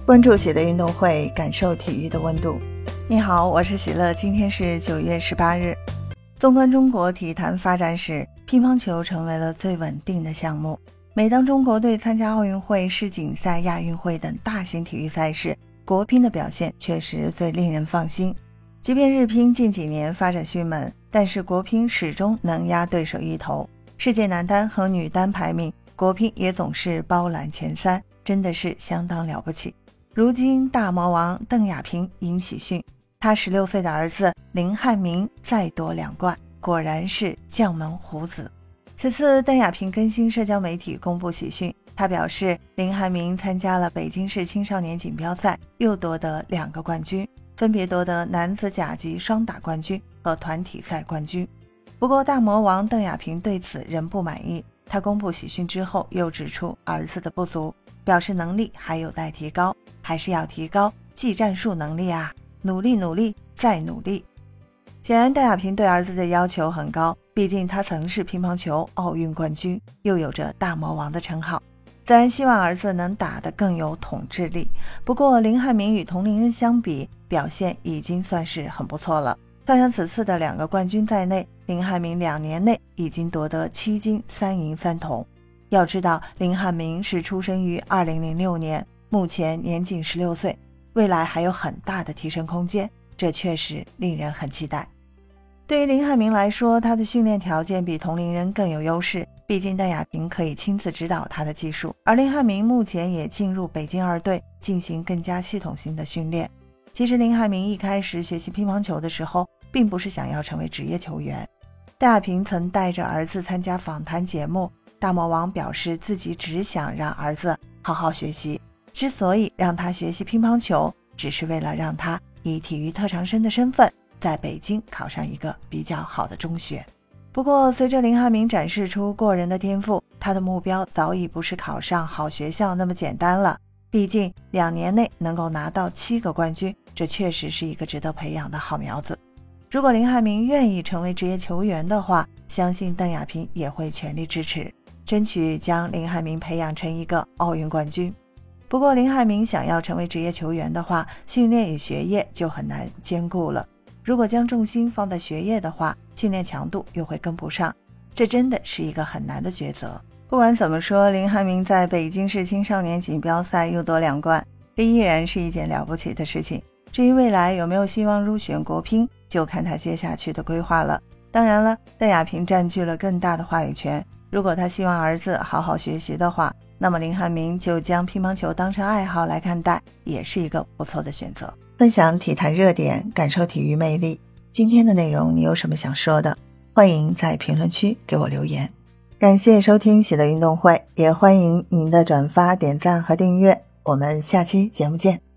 关注喜乐运动会，感受体育的温度。你好，我是喜乐，今天是9月18日。纵观中国体坛发展史，乒乓球成为了最稳定的项目。每当中国队参加奥运会、世锦赛、亚运会等大型体育赛事，国乒的表现确实最令人放心。即便日乒近几年发展迅猛，但是国乒始终能压对手一头。世界男单和女单排名，国乒也总是包揽前3，真的是相当了不起。如今大魔王邓亚萍迎喜讯，他16岁的儿子林汉明再夺2冠，果然是将门虎子。此次邓亚萍更新社交媒体公布喜讯，他表示林汉明参加了北京市青少年锦标赛，又夺得2个冠军，分别夺得男子甲级双打冠军和团体赛冠军。不过大魔王邓亚萍对此仍不满意，他公布喜讯之后又指出儿子的不足，表示能力还有待提高，还是要提高技战术能力啊，努力再努力。显然邓亚萍对儿子的要求很高，毕竟他曾是乒乓球奥运冠军，又有着大魔王的称号，自然希望儿子能打得更有统治力。不过林汉明与同龄人相比，表现已经算是很不错了，算上此次的2个冠军在内，林汉明2年内已经夺得7金3银3铜。要知道林汉明是出生于2006年，目前年仅16岁，未来还有很大的提升空间，这确实令人很期待。对于林汉明来说，他的训练条件比同龄人更有优势，毕竟邓亚萍可以亲自指导他的技术，而林汉明目前也进入北京2队进行更加系统性的训练。其实林汉明一开始学习乒乓球的时候，并不是想要成为职业球员。邓亚萍曾带着儿子参加访谈节目，大魔王表示自己只想让儿子好好学习，之所以让他学习乒乓球，只是为了让他以体育特长生的身份在北京考上一个比较好的中学。不过随着林汉明展示出过人的天赋，他的目标早已不是考上好学校那么简单了，毕竟2年内能够拿到7个冠军，这确实是一个值得培养的好苗子。如果林汉明愿意成为职业球员的话，相信邓亚萍也会全力支持，争取将林汉明培养成一个奥运冠军。不过林汉明想要成为职业球员的话，训练与学业就很难兼顾了。如果将重心放在学业的话，训练强度又会跟不上，这真的是一个很难的抉择。不管怎么说，林汉明在北京市青少年锦标赛又夺2冠，这依然是一件了不起的事情。至于未来有没有希望入选国乒，就看他接下去的规划了。当然了，邓亚萍占据了更大的话语权，如果他希望儿子好好学习的话，那么林汉明就将乒乓球当成爱好来看待，也是一个不错的选择。分享体坛热点，感受体育魅力。今天的内容你有什么想说的？欢迎在评论区给我留言。感谢收听喜乐运动会，也欢迎您的转发、点赞和订阅。我们下期节目见。